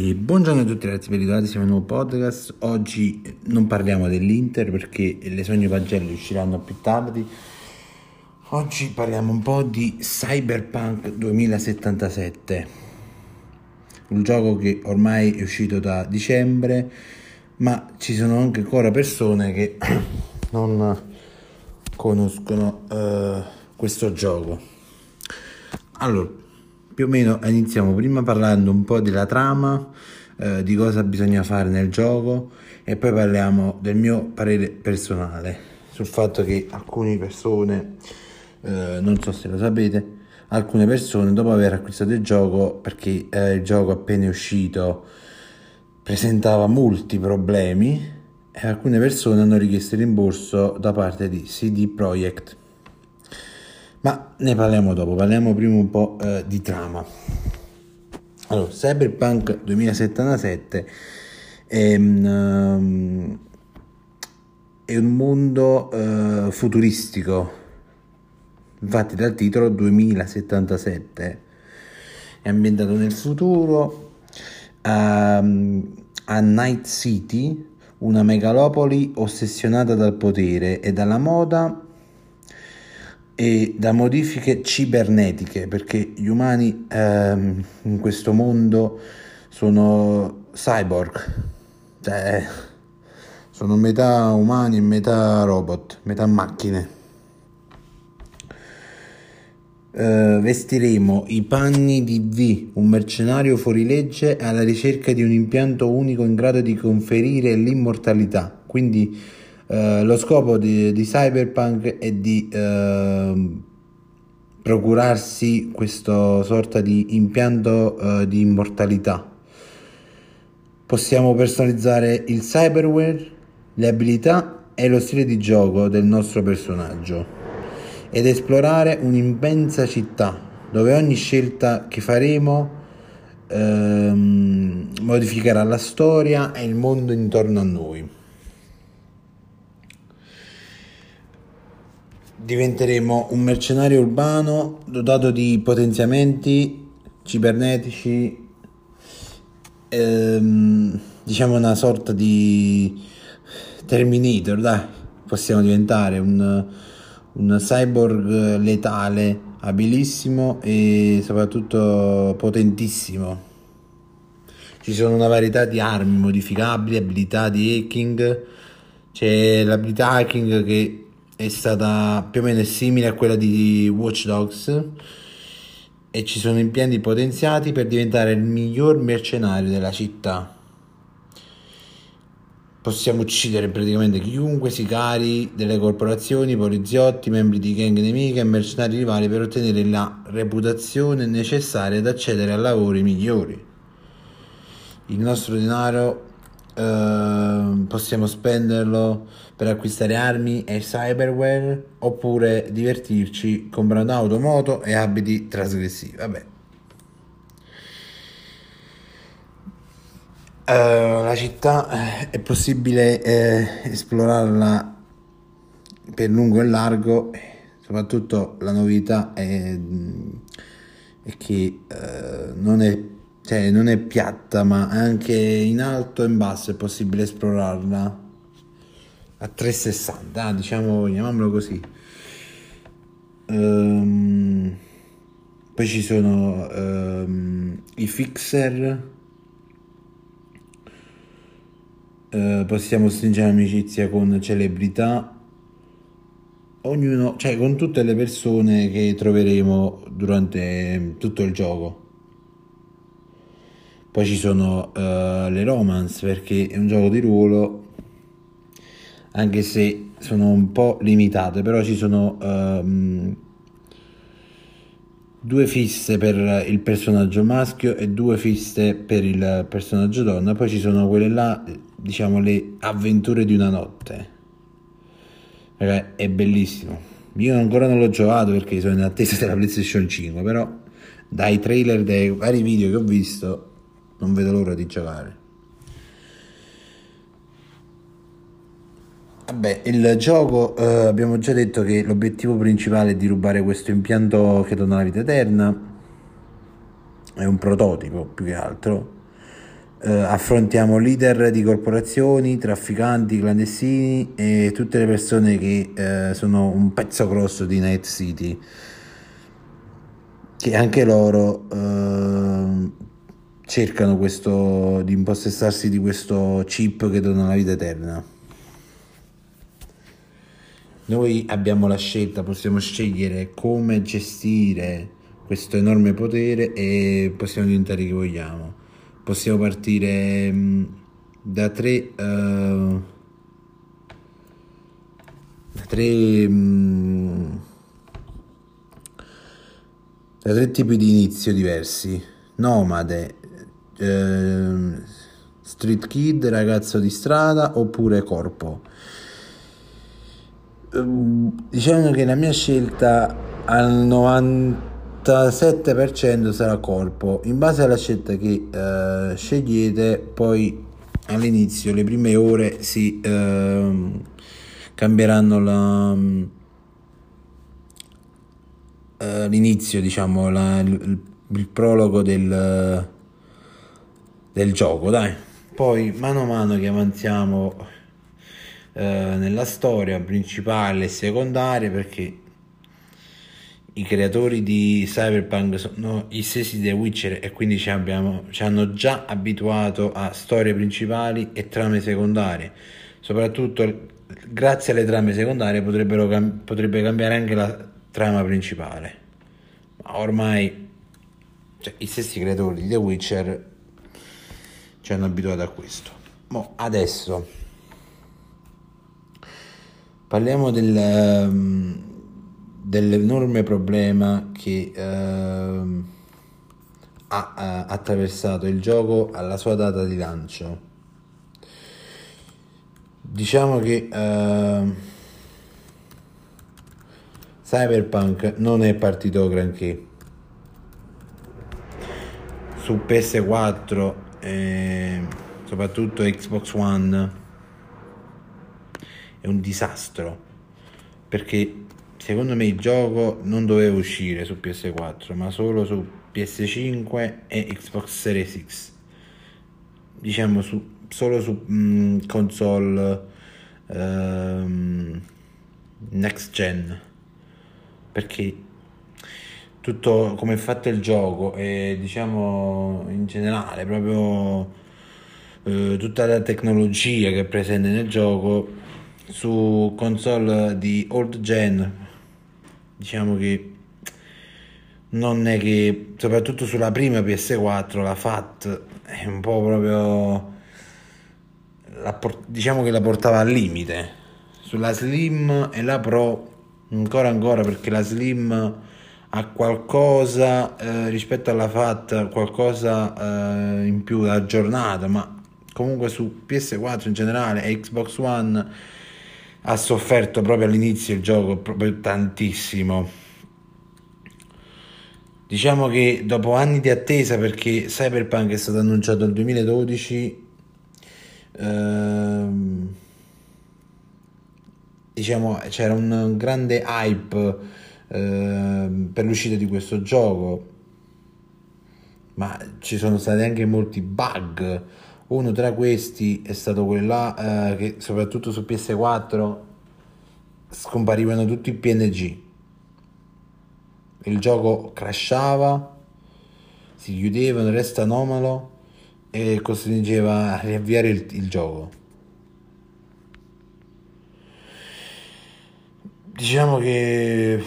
E buongiorno a tutti ragazzi, ben ritrovati, siamo in un nuovo podcast. Oggi non parliamo dell'Inter perché le Sogno Pagelli usciranno più tardi. Oggi parliamo un po' di Cyberpunk 2077, un gioco che ormai è uscito da dicembre, ma ci sono anche ancora persone che non conoscono questo gioco. Allora, più o meno iniziamo prima parlando un po' della trama, di cosa bisogna fare nel gioco, e poi parliamo del mio parere personale sul fatto che alcune persone, non so se lo sapete, alcune persone dopo aver acquistato il gioco, perché il gioco appena uscito presentava molti problemi, e alcune persone hanno richiesto il rimborso da parte di CD Projekt. Ma ne parliamo dopo, parliamo prima un po' di trama. Allora, Cyberpunk 2077 è un mondo futuristico, infatti dal titolo 2077 è ambientato nel futuro, a Night City, una megalopoli ossessionata dal potere e dalla moda e da modifiche cibernetiche, perché gli umani in questo mondo sono cyborg, cioè sono metà umani e metà robot, metà macchine. Vestiremo i panni di V, un mercenario fuorilegge alla ricerca di un impianto unico in grado di conferire l'immortalità. Quindi lo scopo di Cyberpunk è di procurarsi questa sorta di impianto di immortalità. Possiamo personalizzare il cyberware, le abilità e lo stile di gioco del nostro personaggio ed esplorare un'immensa città dove ogni scelta che faremo modificherà la storia e il mondo intorno a noi. Diventeremo un mercenario urbano dotato di potenziamenti cibernetici, diciamo una sorta di Terminator, dai. Possiamo diventare un cyborg letale, abilissimo e soprattutto potentissimo. Ci sono una varietà di armi modificabili, abilità di hacking. C'è l'abilità hacking che è stata più o meno simile a quella di Watch Dogs, e ci sono impianti potenziati per diventare il miglior mercenario della città. Possiamo uccidere praticamente chiunque, sicari delle corporazioni, poliziotti, membri di gang nemiche e mercenari rivali, per ottenere la reputazione necessaria ad accedere a lavori migliori. Il nostro denaro possiamo spenderlo per acquistare armi e cyberware, oppure divertirci comprando auto, moto e abiti trasgressivi. Vabbè. La città è possibile esplorarla per lungo e largo, soprattutto la novità è che non è piatta, ma anche in alto e in basso è possibile esplorarla a 360, diciamo, chiamiamolo così. Poi ci sono i fixer. Possiamo stringere amicizia con celebrità, ognuno, cioè con tutte le persone che troveremo durante tutto il gioco. Poi ci sono le romance, perché è un gioco di ruolo, anche se sono un po' limitate, però ci sono 2 fisse per il personaggio maschio e 2 fisse per il personaggio donna. Poi ci sono quelle là, diciamo, le avventure di una notte. Ragazzi, è bellissimo. Io ancora non l'ho giocato perché sono in attesa della PlayStation 5, però dai trailer, dai vari video che ho visto, non vedo l'ora di giocare. Vabbè, il gioco, abbiamo già detto che l'obiettivo principale è di rubare questo impianto che dona la vita eterna. È un prototipo più che altro, affrontiamo leader di corporazioni, trafficanti clandestini e tutte le persone che sono un pezzo grosso di Night City, che anche loro cercano di impossessarsi di questo chip che dona la vita eterna. Noi abbiamo la scelta, possiamo scegliere come gestire questo enorme potere e possiamo diventare chi vogliamo. Possiamo partire da tre tipi di inizio diversi: nomade, street kid, ragazzo di strada, oppure corpo. Diciamo che la mia scelta al 97% sarà corpo. In base alla scelta che scegliete, poi all'inizio, le prime ore si cambieranno l'inizio, diciamo, il prologo del gioco, dai. Poi mano a mano che avanziamo nella storia principale e secondaria, perché i creatori di Cyberpunk sono gli stessi di The Witcher e quindi ci hanno già abituato a storie principali e trame secondarie. Soprattutto grazie alle trame secondarie potrebbe cambiare anche la trama principale, ma ormai i stessi creatori di The Witcher ci hanno abituato a questo. Adesso parliamo dell'enorme problema che ha attraversato il gioco alla sua data di lancio. Diciamo che Cyberpunk non è partito granché. Su PS4 e soprattutto Xbox One è un disastro, perché secondo me il gioco non doveva uscire su PS4 ma solo su PS5 e Xbox Series X, diciamo solo su console next gen, perché tutto come è fatto il gioco e diciamo in generale proprio tutta la tecnologia che è presente nel gioco su console di old gen, diciamo che non è che, soprattutto sulla prima PS4, la FAT è un po' proprio diciamo che la portava al limite. Sulla Slim e la Pro ancora, perché la Slim ha qualcosa rispetto alla FAT, qualcosa in più aggiornato, ma comunque su PS4 in generale e Xbox One ha sofferto proprio all'inizio il gioco, proprio tantissimo. Diciamo che dopo anni di attesa, perché Cyberpunk è stato annunciato nel 2012, diciamo c'era un grande hype per l'uscita di questo gioco, ma ci sono stati anche molti bug. Uno tra questi è stato quello là che soprattutto su PS4 scomparivano tutti i PNG, il gioco crashava, si chiudeva, un resto anomalo e costringeva a riavviare il gioco. Diciamo che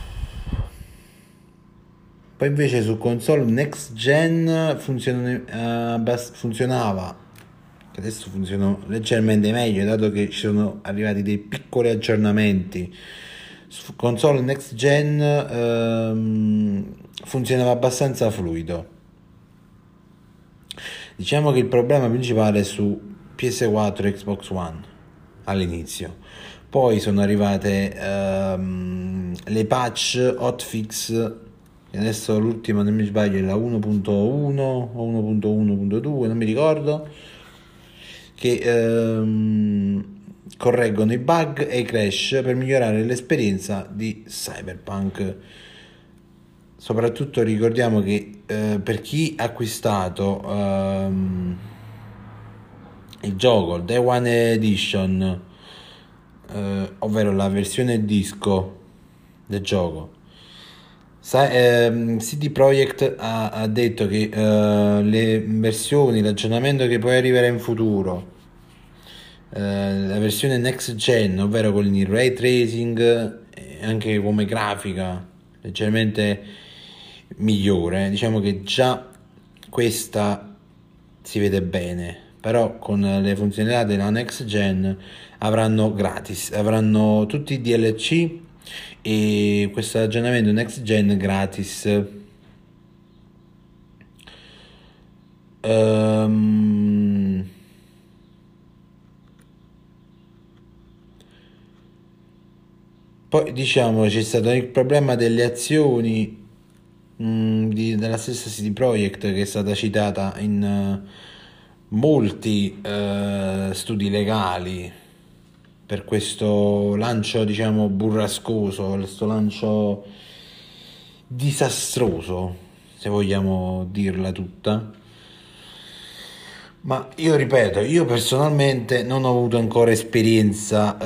poi invece su console next gen funzionava, adesso funziona leggermente meglio, dato che ci sono arrivati dei piccoli aggiornamenti. Su console next gen funzionava abbastanza fluido. Diciamo che il problema principale è su PS4 e Xbox One all'inizio, poi sono arrivate le patch hotfix, adesso l'ultima, non mi sbaglio, è la 1.1 o 1.1.2, non mi ricordo, che correggono i bug e i crash per migliorare l'esperienza di Cyberpunk. Soprattutto ricordiamo che per chi ha acquistato il gioco, Day One Edition, ovvero la versione disco del gioco. CD Projekt ha detto che le versioni, l'aggiornamento che poi arriverà in futuro, la versione next gen, ovvero con il ray tracing, anche come grafica leggermente migliore, diciamo che già questa si vede bene, però con le funzionalità della next gen avranno tutti i DLC e questo aggiornamento next gen gratis. Poi diciamo c'è stato il problema delle azioni della stessa CD Projekt, che è stata citata in molti studi legali per questo lancio, diciamo, burrascoso, questo lancio disastroso, se vogliamo dirla tutta. Ma io ripeto, io personalmente non ho avuto ancora esperienza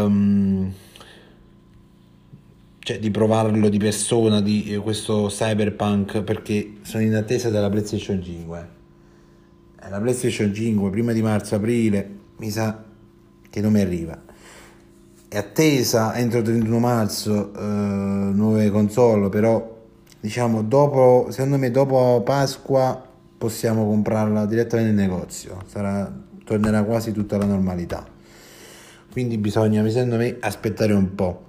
cioè di provarlo di persona, di questo Cyberpunk, perché sono in attesa della PlayStation 5. La PlayStation 5 prima di marzo-aprile mi sa che non mi arriva. È attesa entro 31 marzo nuove console, però diciamo dopo, secondo me dopo Pasqua possiamo comprarla direttamente in negozio, tornerà quasi tutta la normalità, quindi bisogna, secondo me, aspettare un po'.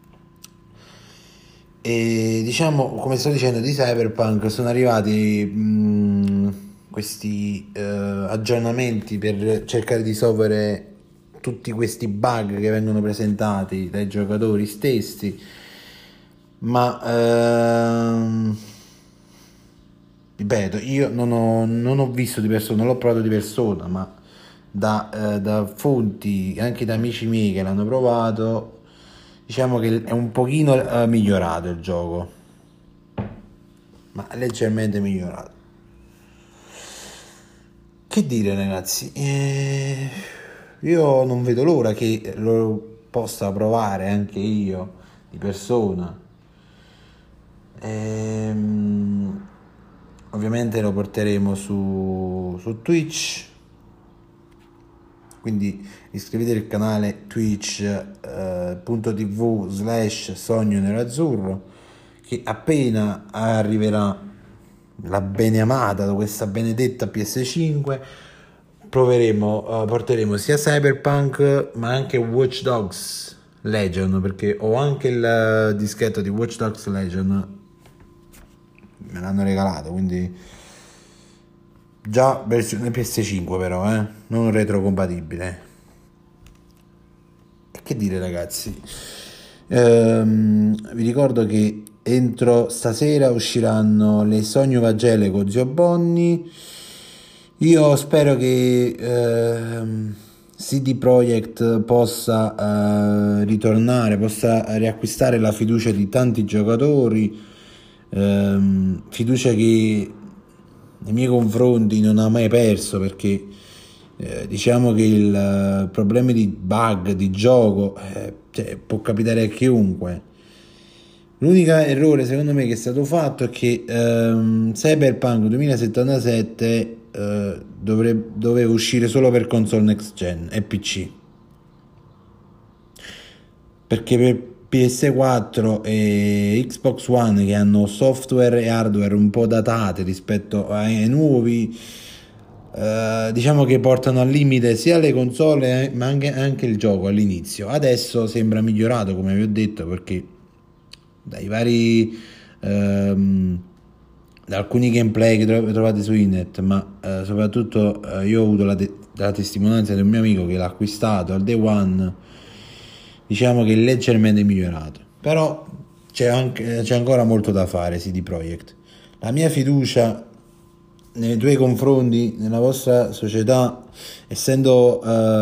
E diciamo, come sto dicendo, di Cyberpunk sono arrivati questi aggiornamenti per cercare di risolvere tutti questi bug che vengono presentati dai giocatori stessi, ma ripeto, io non ho visto di persona, non l'ho provato di persona, ma da fonti, anche da amici miei che l'hanno provato, diciamo che è un pochino migliorato il gioco, ma leggermente migliorato. Che dire, ragazzi, io non vedo l'ora che lo possa provare anche io di persona. Ovviamente lo porteremo su Twitch, quindi iscrivetevi al canale twitch.tv/sogno nerazzurro, che appena arriverà la beneamata da questa benedetta PS5 porteremo sia Cyberpunk ma anche Watch Dogs Legion, perché ho anche il dischetto di Watch Dogs Legion, me l'hanno regalato, quindi già versione PS5 però, non retrocompatibile. E che dire, ragazzi, vi ricordo che entro stasera usciranno le Sogno Vagelle con Zio Bonni. Io spero che CD Projekt possa ritornare, possa riacquistare la fiducia di tanti giocatori, fiducia che nei miei confronti non ha mai perso, perché diciamo che il problema di bug di gioco può capitare a chiunque. L'unico errore secondo me che è stato fatto è che Cyberpunk 2077 doveva uscire solo per console next gen e PC, perché per PS4 e Xbox One, che hanno software e hardware un po' datate rispetto ai nuovi, diciamo che portano al limite sia le console ma anche il gioco all'inizio. Adesso sembra migliorato, come vi ho detto, perché dai vari da alcuni gameplay che trovate su internet, ma soprattutto io ho avuto la testimonianza di un mio amico che l'ha acquistato al day one, diciamo che è leggermente migliorato, però c'è ancora molto da fare. CD Projekt, la mia fiducia nei tuoi confronti, nella vostra società, essendo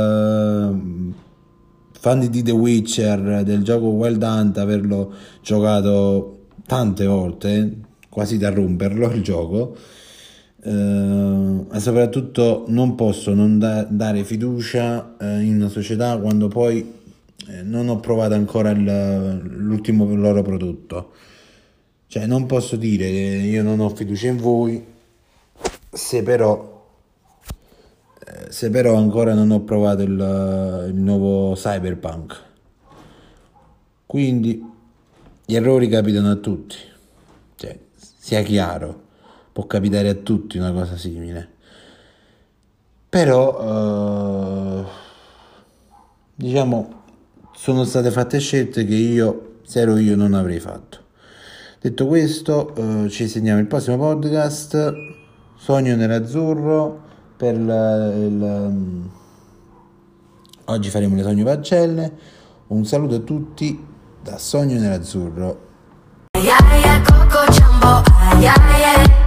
fan di The Witcher, del gioco Wild Hunt, averlo giocato tante volte, quasi da romperlo il gioco, e soprattutto non posso non dare fiducia in una società quando poi non ho provato ancora l'ultimo loro prodotto. Cioè, non posso dire che io non ho fiducia in voi se però ancora non ho provato il nuovo Cyberpunk. Quindi gli errori capitano a tutti, cioè, sia chiaro, può capitare a tutti una cosa simile. Però diciamo sono state fatte scelte che io, se ero io, non avrei fatto. Detto questo, ci sentiamo il prossimo podcast. Sogno nell'azzurro oggi faremo le sogno pagelle. Un saluto a tutti da Sogno nell'azzurro.